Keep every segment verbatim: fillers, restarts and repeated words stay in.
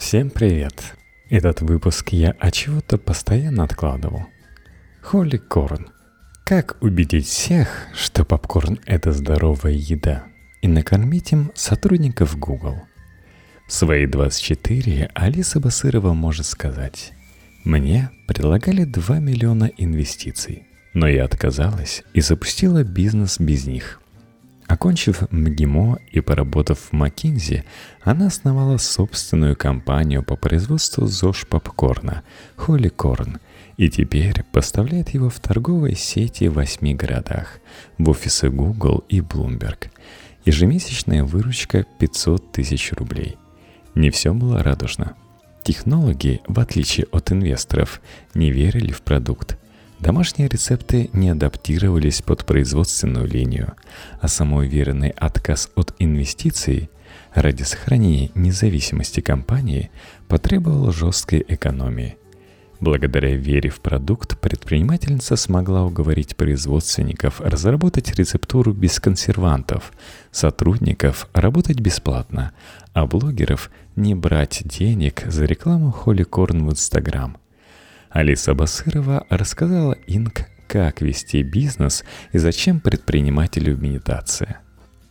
Всем привет! Этот выпуск я от чего-то постоянно откладывал. Holy Corn. Как убедить всех, что попкорн – это здоровая еда, и накормить им сотрудников Google? В свои двадцать четыре Алиса Басырова может сказать: «Мне предлагали два миллиона инвестиций, но я отказалась и запустила бизнес без них». Окончив МГИМО и поработав в Маккинзи, она основала собственную компанию по производству ЗОЖ-попкорна Holy Corn и теперь поставляет его в торговые сети в восьми городах, в офисы Google и Bloomberg. Ежемесячная выручка пятьсот тысяч рублей. Не все было радужно. Технологи, в отличие от инвесторов, не верили в продукт. Домашние рецепты не адаптировались под производственную линию, а самоуверенный отказ от инвестиций ради сохранения независимости компании потребовал жесткой экономии. Благодаря вере в продукт предпринимательница смогла уговорить производственников разработать рецептуру без консервантов, сотрудников работать бесплатно, а блогеров не брать денег за рекламу Holy Corn в Instagram. Алиса Басырова рассказала Инк, как вести бизнес и зачем предпринимателю медитация.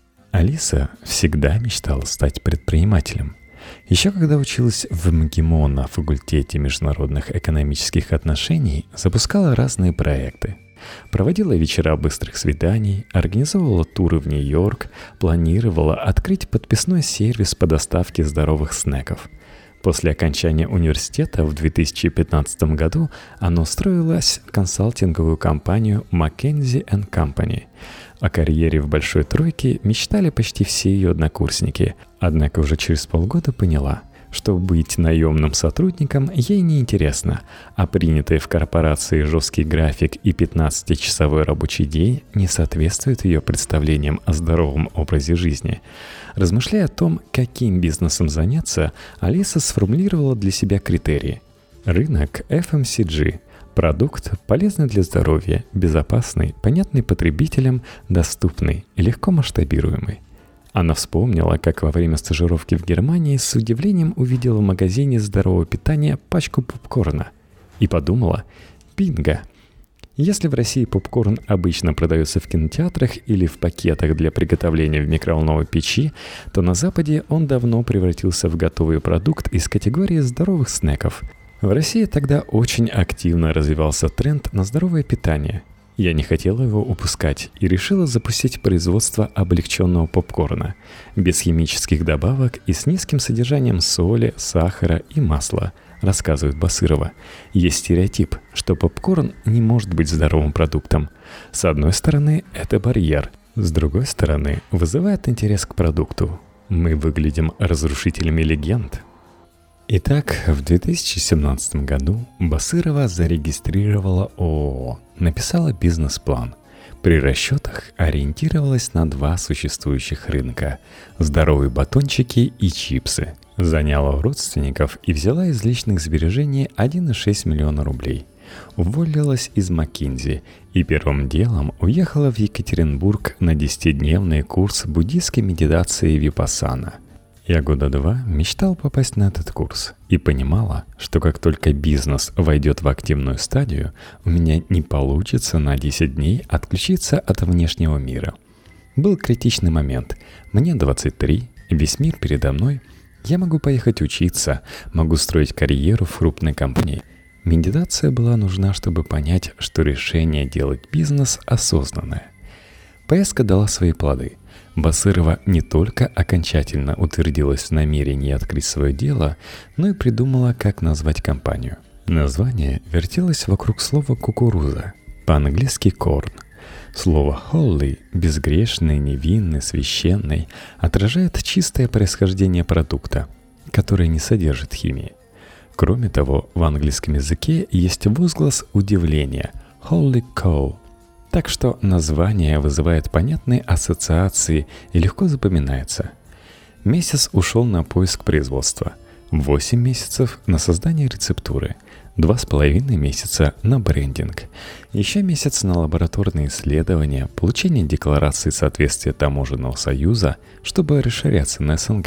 Алиса всегда мечтала стать предпринимателем. Еще когда училась в МГИМО на факультете международных экономических отношений, запускала разные проекты. Проводила вечера быстрых свиданий, организовывала туры в Нью-Йорк, планировала открыть подписной сервис по доставке здоровых снеков. После окончания университета в две тысячи пятнадцатом году она устроилась в консалтинговую компанию McKinsey энд Company. О карьере в большой тройке мечтали почти все ее однокурсники, однако уже через полгода поняла, что быть наемным сотрудником ей не интересно, а принятый в корпорации жесткий график и пятнадцатичасовой рабочий день не соответствует ее представлениям о здоровом образе жизни. Размышляя о том, каким бизнесом заняться, Алиса сформулировала для себя критерии. Рынок эф эм си джи. Продукт полезный для здоровья, безопасный, понятный потребителям, доступный и легко масштабируемый. Она вспомнила, как во время стажировки в Германии с удивлением увидела в магазине здорового питания пачку попкорна и подумала: «Бинго! Если в России попкорн обычно продается в кинотеатрах или в пакетах для приготовления в микроволновой печи, то на Западе он давно превратился в готовый продукт из категории здоровых снеков. В России тогда очень активно развивался тренд на здоровое питание. Я не хотела его упускать и решила запустить производство облегченного попкорна, без химических добавок и с низким содержанием соли, сахара и масла», рассказывает Басырова. Есть стереотип, что попкорн не может быть здоровым продуктом. С одной стороны, это барьер, с другой стороны, вызывает интерес к продукту. Мы выглядим разрушителями легенд. Итак, в две тысячи семнадцатом году Басырова зарегистрировала ООО, написала бизнес-план. При расчетах ориентировалась на два существующих рынка – здоровые батончики и чипсы. Заняла у родственников и взяла из личных сбережений один целых шесть десятых миллиона рублей. Уволилась из Маккинзи и первым делом уехала в Екатеринбург на десятидневный курс буддийской медитации випассана. Я года два мечтал попасть на этот курс и понимала, что как только бизнес войдет в активную стадию, у меня не получится на десять дней отключиться от внешнего мира. Был критичный момент. Мне двадцать три, весь мир передо мной. Я могу поехать учиться, могу строить карьеру в крупной компании. Медитация была нужна, чтобы понять, что решение делать бизнес осознанное. Поездка дала свои плоды. Басырова не только окончательно утвердилась в намерении открыть свое дело, но и придумала, как назвать компанию. Название вертелось вокруг слова «кукуруза», по-английски «corn». Слово «holy» — безгрешный, невинный, священный — отражает чистое происхождение продукта, которое не содержит химии. Кроме того, в английском языке есть возглас удивления «holy cow». Так что название вызывает понятные ассоциации и легко запоминается. Месяц ушел на поиск производства, восемь месяцев на создание рецептуры, два с половиной месяца на брендинг, еще месяц на лабораторные исследования, получение декларации соответствия таможенного союза, чтобы расширяться на эс эн гэ,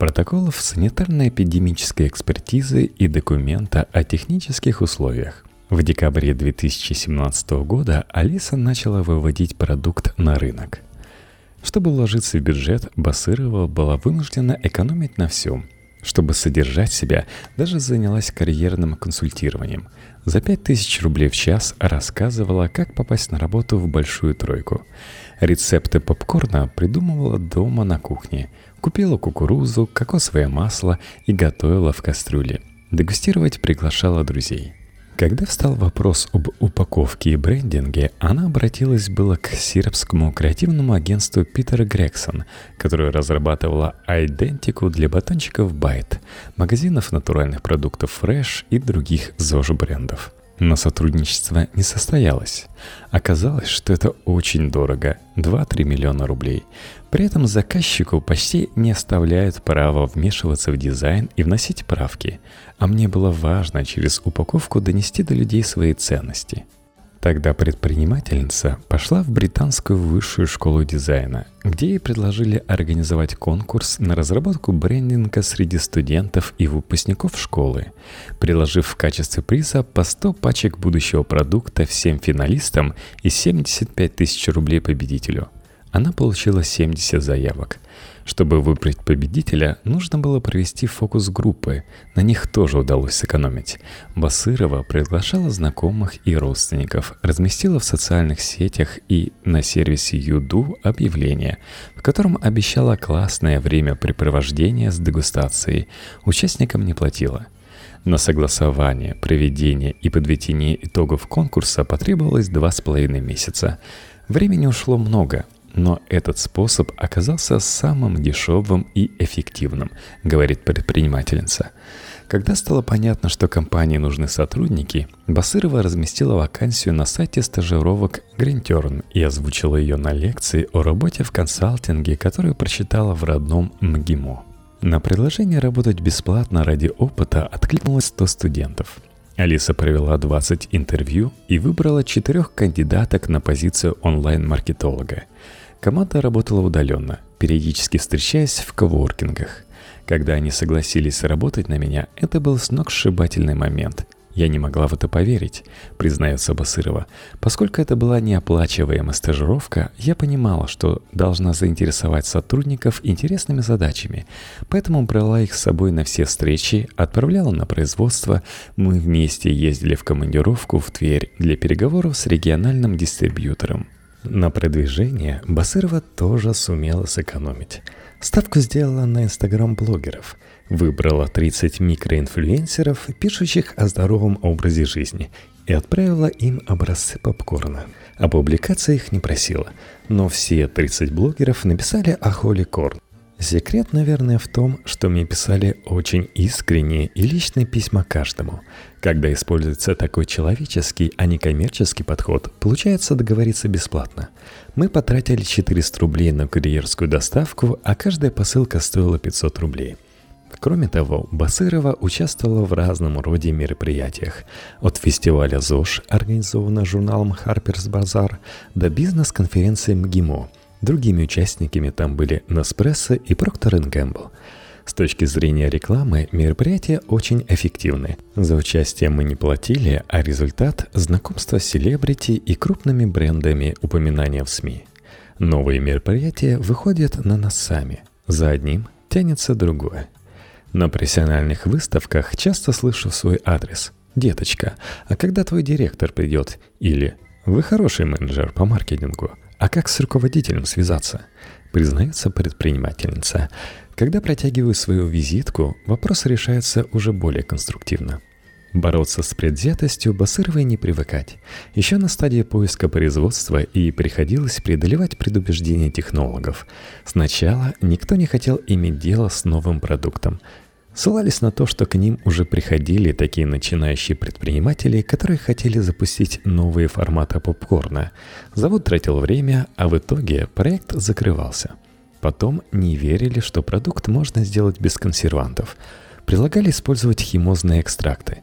протоколов санитарно-эпидемической экспертизы и документа о технических условиях. В декабре две тысячи семнадцатого года Алиса начала выводить продукт на рынок. Чтобы уложиться в бюджет, Басырова была вынуждена экономить на всем. Чтобы содержать себя, даже занялась карьерным консультированием. За пять тысяч рублей в час рассказывала, как попасть на работу в большую тройку. Рецепты попкорна придумывала дома на кухне. Купила кукурузу, кокосовое масло и готовила в кастрюле. Дегустировать приглашала друзей. Когда встал вопрос об упаковке и брендинге, она обратилась было к сербскому креативному агентству Питер Грегсон, которое разрабатывало идентику для батончиков Байт, магазинов натуральных продуктов Fresh и других ЗОЖ-брендов. Но сотрудничество не состоялось. Оказалось, что это очень дорого – два-три миллиона рублей. При этом заказчику почти не оставляют права вмешиваться в дизайн и вносить правки. А мне было важно через упаковку донести до людей свои ценности. Тогда предпринимательница пошла в британскую высшую школу дизайна, где ей предложили организовать конкурс на разработку брендинга среди студентов и выпускников школы, приложив в качестве приза по сто пачек будущего продукта всем финалистам и семьдесят пять тысяч рублей победителю. Она получила семьдесят заявок. Чтобы выбрать победителя, нужно было провести фокус-группы. На них тоже удалось сэкономить. Басырова приглашала знакомых и родственников, разместила в социальных сетях и на сервисе Юду объявление, в котором обещала классное времяпрепровождение с дегустацией. Участникам не платила. На согласование, проведение и подведение итогов конкурса потребовалось два с половиной месяца. Времени ушло много. Но этот способ оказался самым дешевым и эффективным, говорит предпринимательница. Когда стало понятно, что компании нужны сотрудники, Басырова разместила вакансию на сайте стажировок Greenturn и озвучила ее на лекции о работе в консалтинге, которую прочитала в родном МГИМО. На предложение работать бесплатно ради опыта откликнулось сто студентов. Алиса провела двадцать интервью и выбрала четырех кандидаток на позицию онлайн-маркетолога. Команда работала удаленно, периодически встречаясь в коворкингах. Когда они согласились работать на меня, это был сногсшибательный момент. Я не могла в это поверить, признается Басырова. Поскольку это была неоплачиваемая стажировка, я понимала, что должна заинтересовать сотрудников интересными задачами, поэтому брала их с собой на все встречи, отправляла на производство. Мы вместе ездили в командировку в Тверь для переговоров с региональным дистрибьютором. На продвижение Басырова тоже сумела сэкономить. Ставку сделала на инстаграм-блогеров. Выбрала тридцать микроинфлюенсеров, пишущих о здоровом образе жизни, и отправила им образцы попкорна. О публикации их не просила, но все тридцать блогеров написали о Холли Корн. Секрет, наверное, в том, что мне писали очень искренние и личные письма каждому. Когда используется такой человеческий, а не коммерческий подход, получается договориться бесплатно. Мы потратили четыреста рублей на курьерскую доставку, а каждая посылка стоила пятьсот рублей. Кроме того, Басырова участвовала в разном роде мероприятиях. От фестиваля ЗОЖ, организованного журналом Harper's Bazaar, до бизнес-конференции МГИМО. Другими участниками там были Nespresso и Procter энд Gamble. С точки зрения рекламы, мероприятия очень эффективны. За участие мы не платили, а результат – знакомство с селебрити и крупными брендами, упоминания в СМИ. Новые мероприятия выходят на нас сами. За одним тянется другое. На профессиональных выставках часто слышу свой адрес: «Деточка, а когда твой директор придет?» Или «Вы хороший менеджер по маркетингу, а как с руководителем связаться?» Признается предпринимательница. Когда протягиваю свою визитку, вопрос решается уже более конструктивно. Бороться с предвзятостью Басыровой не привыкать. Еще на стадии поиска производства и приходилось преодолевать предубеждения технологов. Сначала никто не хотел иметь дело с новым продуктом. Ссылались на то, что к ним уже приходили такие начинающие предприниматели, которые хотели запустить новые форматы попкорна. Завод тратил время, а в итоге проект закрывался. Потом не верили, что продукт можно сделать без консервантов. Предлагали использовать химозные экстракты.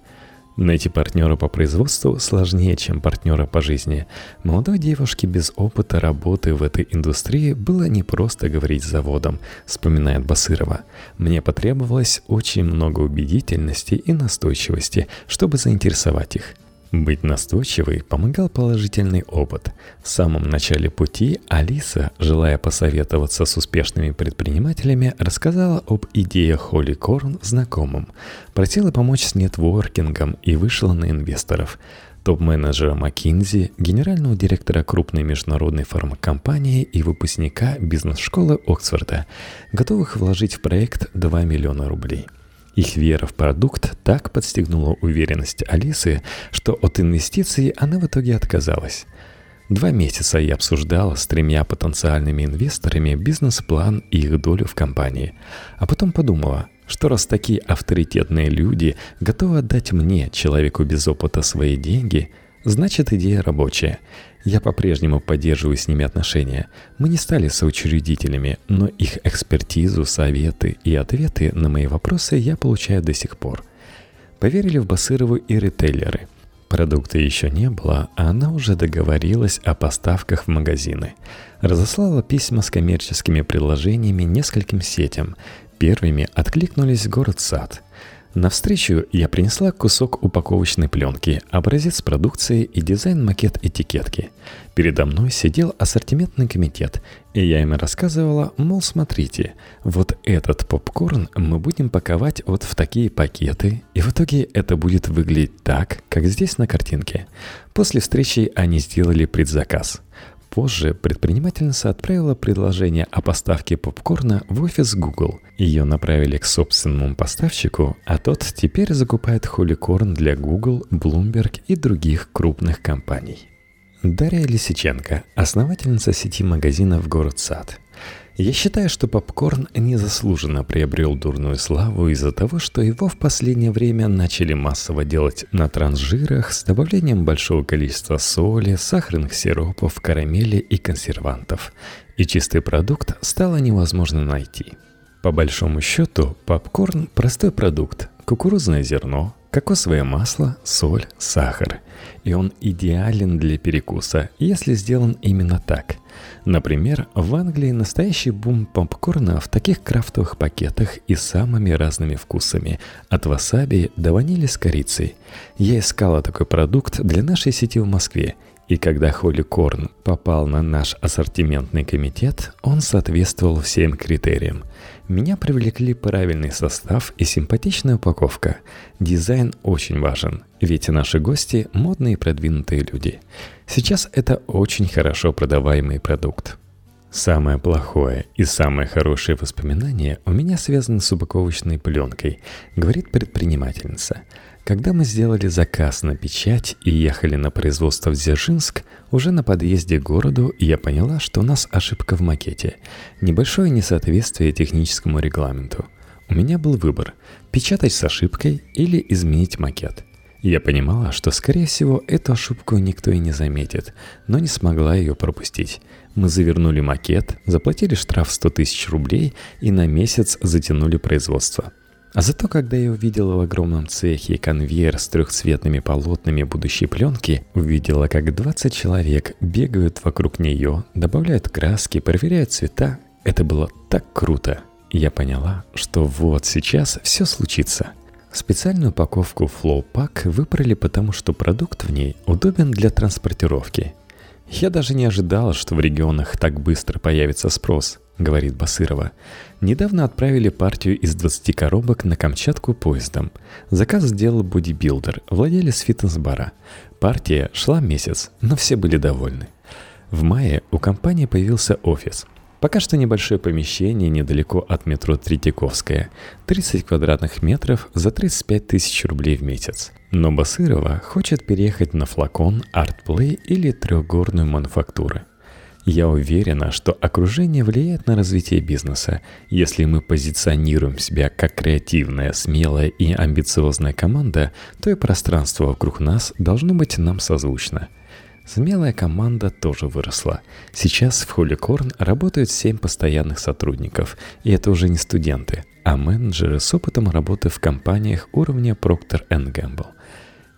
Найти партнера по производству сложнее, чем партнера по жизни. Молодой девушке без опыта работы в этой индустрии было непросто говорить с заводом, вспоминает Басырова. Мне потребовалось очень много убедительности и настойчивости, чтобы заинтересовать их. Быть настойчивой помогал положительный опыт. В самом начале пути Алиса, желая посоветоваться с успешными предпринимателями, рассказала об идеях Холли Корн знакомым, просила помочь с нетворкингом и вышла на инвесторов. Топ-менеджера McKinsey, генерального директора крупной международной фармакомпании и выпускника бизнес-школы Оксфорда, готовых вложить в проект два миллиона рублей. Их вера в продукт так подстегнула уверенность Алисы, что от инвестиций она в итоге отказалась. Два месяца я обсуждала с тремя потенциальными инвесторами бизнес-план и их долю в компании. А потом подумала, что раз такие авторитетные люди готовы отдать мне, человеку без опыта, свои деньги, значит, идея рабочая. Я по-прежнему поддерживаю с ними отношения. Мы не стали соучредителями, но их экспертизу, советы и ответы на мои вопросы я получаю до сих пор. Поверили в Басырову и ритейлеры. Продукта еще не было, а она уже договорилась о поставках в магазины. Разослала письма с коммерческими предложениями нескольким сетям. Первыми откликнулись город Сад. На встречу я принесла кусок упаковочной пленки, образец продукции и дизайн-макет этикетки. Передо мной сидел ассортиментный комитет, и я им рассказывала, мол, смотрите, вот этот попкорн мы будем паковать вот в такие пакеты, и в итоге это будет выглядеть так, как здесь на картинке. После встречи они сделали предзаказ. Позже предпринимательница отправила предложение о поставке попкорна в офис Google. Ее направили к собственному поставщику, а тот теперь закупает Холли Корн для Google, Bloomberg и других крупных компаний. Дарья Лисиченко, основательница сети магазинов «Город Сад». Я считаю, что попкорн незаслуженно приобрел дурную славу из-за того, что его в последнее время начали массово делать на трансжирах с добавлением большого количества соли, сахарных сиропов, карамели и консервантов. И чистый продукт стало невозможно найти. По большому счету, попкорн – простой продукт. Кукурузное зерно, кокосовое масло, соль, сахар. И он идеален для перекуса, если сделан именно так. Например, в Англии настоящий бум попкорна в таких крафтовых пакетах и самыми разными вкусами, от васаби до ванили с корицей. Я искала такой продукт для нашей сети в Москве, и когда Холли Корн попал на наш ассортиментный комитет, он соответствовал всем критериям. Меня привлекли правильный состав и симпатичная упаковка. Дизайн очень важен, ведь наши гости – модные и продвинутые люди. Сейчас это очень хорошо продаваемый продукт. Самое плохое и самое хорошее воспоминание у меня связаны с упаковочной пленкой, говорит предпринимательница. Когда мы сделали заказ на печать и ехали на производство в Дзержинск, уже на подъезде к городу я поняла, что у нас ошибка в макете. Небольшое несоответствие техническому регламенту. У меня был выбор – печатать с ошибкой или изменить макет. Я понимала, что, скорее всего, эту ошибку никто и не заметит, но не смогла ее пропустить. Мы завернули макет, заплатили штраф сто тысяч рублей и на месяц затянули производство. А зато, когда я увидела в огромном цехе конвейер с трехцветными полотнами будущей пленки, увидела, как двадцать человек бегают вокруг нее, добавляют краски, проверяют цвета, это было так круто. Я поняла, что вот сейчас все случится. Специальную упаковку Flow Pack выбрали потому, что продукт в ней удобен для транспортировки. Я даже не ожидала, что в регионах так быстро появится спрос, говорит Басырова. Недавно отправили партию из двадцати коробок на Камчатку поездом. Заказ сделал бодибилдер, владелец фитнес-бара. Партия шла месяц, но все были довольны. В мае у компании появился офис. Пока что небольшое помещение недалеко от метро Третьяковская. тридцать квадратных метров за тридцать пять тысяч рублей в месяц. Но Басырова хочет переехать на Флакон, Артплей или трехгорную мануфактуру. Я уверена, что окружение влияет на развитие бизнеса. Если мы позиционируем себя как креативная, смелая и амбициозная команда, то и пространство вокруг нас должно быть нам созвучно. Смелая команда тоже выросла. Сейчас в Холли Корн работают семь постоянных сотрудников, и это уже не студенты, а менеджеры с опытом работы в компаниях уровня Procter энд Gamble.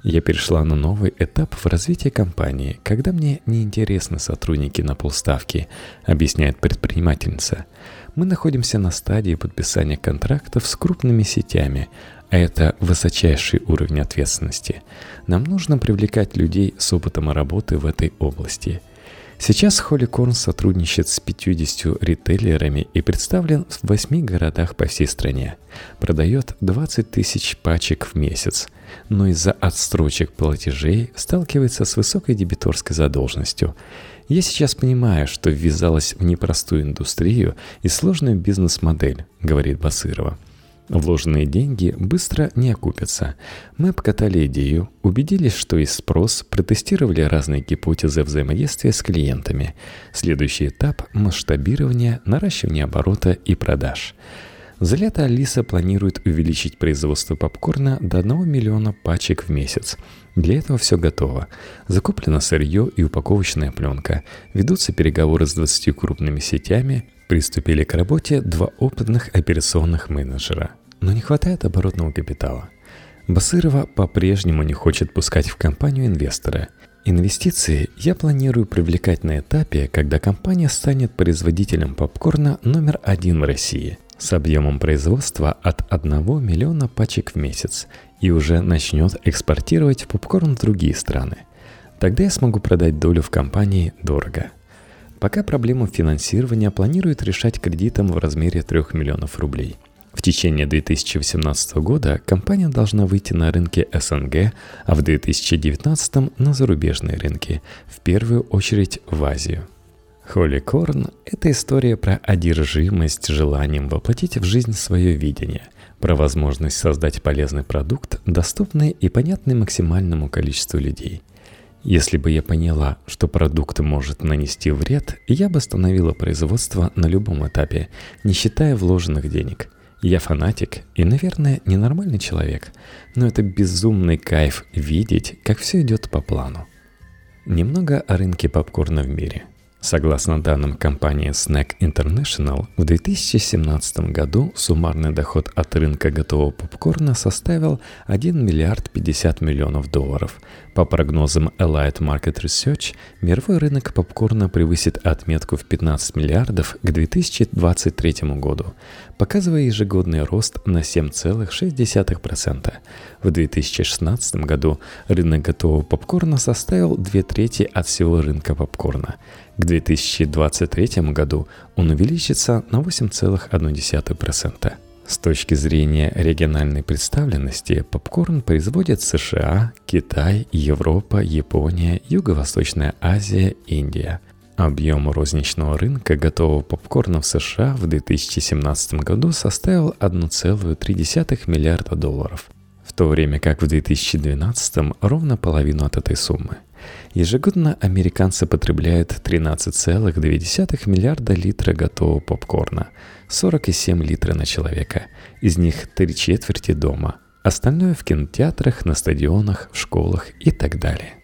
Я перешла на новый этап в развитии компании, когда мне неинтересны сотрудники на полставки, объясняет предпринимательница. Мы находимся на стадии подписания контрактов с крупными сетями, а это высочайший уровень ответственности. Нам нужно привлекать людей с опытом работы в этой области. Сейчас Холли Корн сотрудничает с пятьюдесятью ритейлерами и представлен в восьми городах по всей стране. Продает двадцать тысяч пачек в месяц, но из-за отсрочек платежей сталкивается с высокой дебиторской задолженностью. Я сейчас понимаю, что ввязалась в непростую индустрию и сложную бизнес-модель, говорит Басырова. Вложенные деньги быстро не окупятся. Мы обкатали идею, убедились, что есть спрос, протестировали разные гипотезы взаимодействия с клиентами. Следующий этап – масштабирование, наращивание оборота и продаж. За лето Алиса планирует увеличить производство попкорна до одного миллиона пачек в месяц. Для этого все готово. Закуплено сырье и упаковочная пленка. Ведутся переговоры с двадцатью крупными сетями. Приступили к работе два опытных операционных менеджера. Но не хватает оборотного капитала. Басырова по-прежнему не хочет пускать в компанию инвестора. Инвестиции я планирую привлекать на этапе, когда компания станет производителем попкорна номер один в России с объемом производства от одного миллиона пачек в месяц и уже начнет экспортировать попкорн в другие страны. Тогда я смогу продать долю в компании дорого. Пока проблему финансирования планирует решать кредитом в размере трех миллионов рублей. В течение две тысячи восемнадцатого года компания должна выйти на рынки эс эн гэ, а в две тысячи девятнадцатом на зарубежные рынки, в первую очередь в Азию. Холли Корн – это история про одержимость желанием воплотить в жизнь свое видение, про возможность создать полезный продукт, доступный и понятный максимальному количеству людей. Если бы я поняла, что продукт может нанести вред, я бы остановила производство на любом этапе, не считая вложенных денег. Я фанатик и, наверное, ненормальный человек, но это безумный кайф видеть, как все идет по плану. Немного о рынке попкорна в мире. Согласно данным компании Snack International, в две тысячи семнадцатом году суммарный доход от рынка готового попкорна составил один миллиард пятьдесят миллионов долларов. По прогнозам Allied Market Research, мировой рынок попкорна превысит отметку в пятнадцать миллиардов к две тысячи двадцать третьему году, показывая ежегодный рост на семь целых шесть десятых процента. В две тысячи шестнадцатом году рынок готового попкорна составил две трети от всего рынка попкорна. К две тысячи двадцать третьему году он увеличится на восемь целых одна десятая процента. С точки зрения региональной представленности, попкорн производят США, Китай, Европа, Япония, Юго-Восточная Азия, Индия. Объем розничного рынка готового попкорна в США в две тысячи семнадцатом году составил один целых три десятых миллиарда долларов, в то время как в две тысячи двенадцатом ровно половину от этой суммы. Ежегодно американцы потребляют тринадцать целых две десятых миллиарда литра готового попкорна, сорок семь литров на человека, из них три четверти дома, остальное в кинотеатрах, на стадионах, в школах и так далее.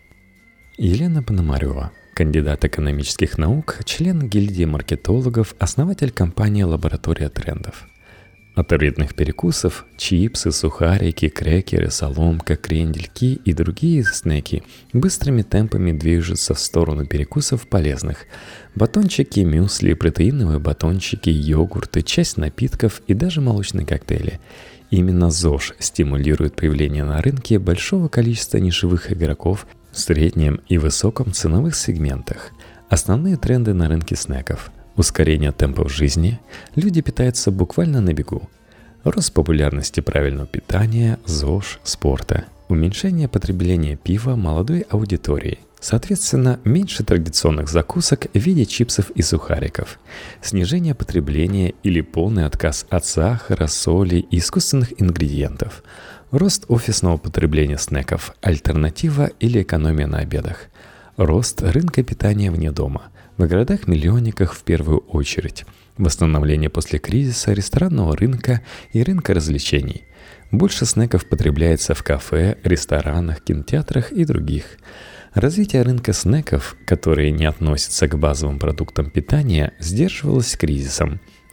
Елена Пономарева, кандидат экономических наук, член гильдии маркетологов, основатель компании «Лаборатория трендов». От вредных перекусов – чипсы, сухарики, крекеры, соломка, крендельки и другие снеки быстрыми темпами движутся в сторону перекусов полезных. Батончики, мюсли, протеиновые батончики, йогурты, часть напитков и даже молочные коктейли. Именно ЗОЖ стимулирует появление на рынке большого количества нишевых игроков в среднем и высоком ценовых сегментах. Основные тренды на рынке снеков – ускорение темпов жизни, люди питаются буквально на бегу, рост популярности правильного питания, ЗОЖ, спорта, уменьшение потребления пива молодой аудитории, соответственно, меньше традиционных закусок в виде чипсов и сухариков, снижение потребления или полный отказ от сахара, соли и искусственных ингредиентов, рост офисного потребления снеков, альтернатива или экономия на обедах, рост рынка питания вне дома, в городах-миллионниках в первую очередь, восстановление после кризиса ресторанного рынка и рынка развлечений. Больше снеков потребляется в кафе, ресторанах, кинотеатрах и других. Развитие рынка снеков, которые не относятся к базовым продуктам питания, сдерживалось кризисом.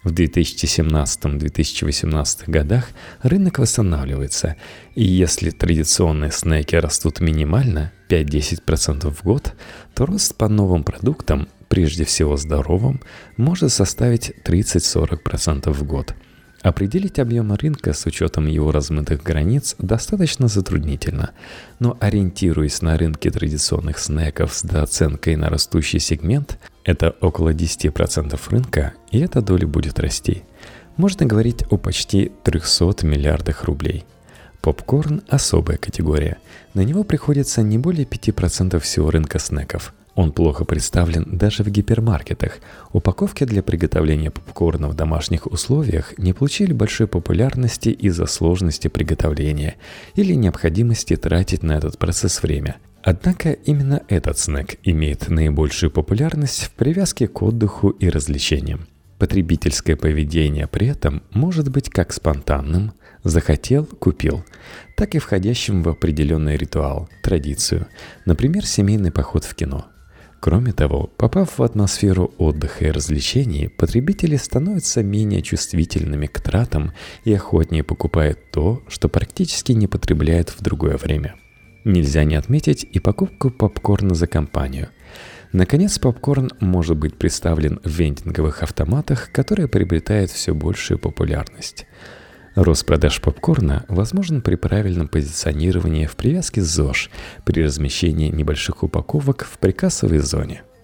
В две тысячи семнадцатом - две тысячи восемнадцатом годах рынок восстанавливается, и если традиционные снеки растут минимально пять-десять процентов в год, то рост по новым продуктам, прежде всего здоровым, может составить тридцать-сорок процентов в год. Определить объемы рынка с учетом его размытых границ достаточно затруднительно, но ориентируясь на рынки традиционных снеков с дооценкой на растущий сегмент, это около десять процентов рынка, и эта доля будет расти. Можно говорить о почти трехстах миллиардах рублей. Попкорн – особая категория. На него приходится не более пяти процентов всего рынка снеков. Он плохо представлен даже в гипермаркетах. Упаковки для приготовления попкорна в домашних условиях не получили большой популярности из-за сложности приготовления или необходимости тратить на этот процесс время. Однако именно этот снек имеет наибольшую популярность в привязке к отдыху и развлечениям. Потребительское поведение при этом может быть как спонтанным – захотел – купил, так и входящим в определенный ритуал, традицию, например, семейный поход в кино. Кроме того, попав в атмосферу отдыха и развлечений, потребители становятся менее чувствительными к тратам и охотнее покупают то, что практически не потребляют в другое время. Нельзя не отметить и покупку попкорна за компанию. Наконец, попкорн может быть представлен в вендинговых автоматах, которые приобретают все большую популярность. Рост продаж попкорна возможен при правильном позиционировании в привязке с ЗОЖ при размещении небольших упаковок в прикассовой зоне.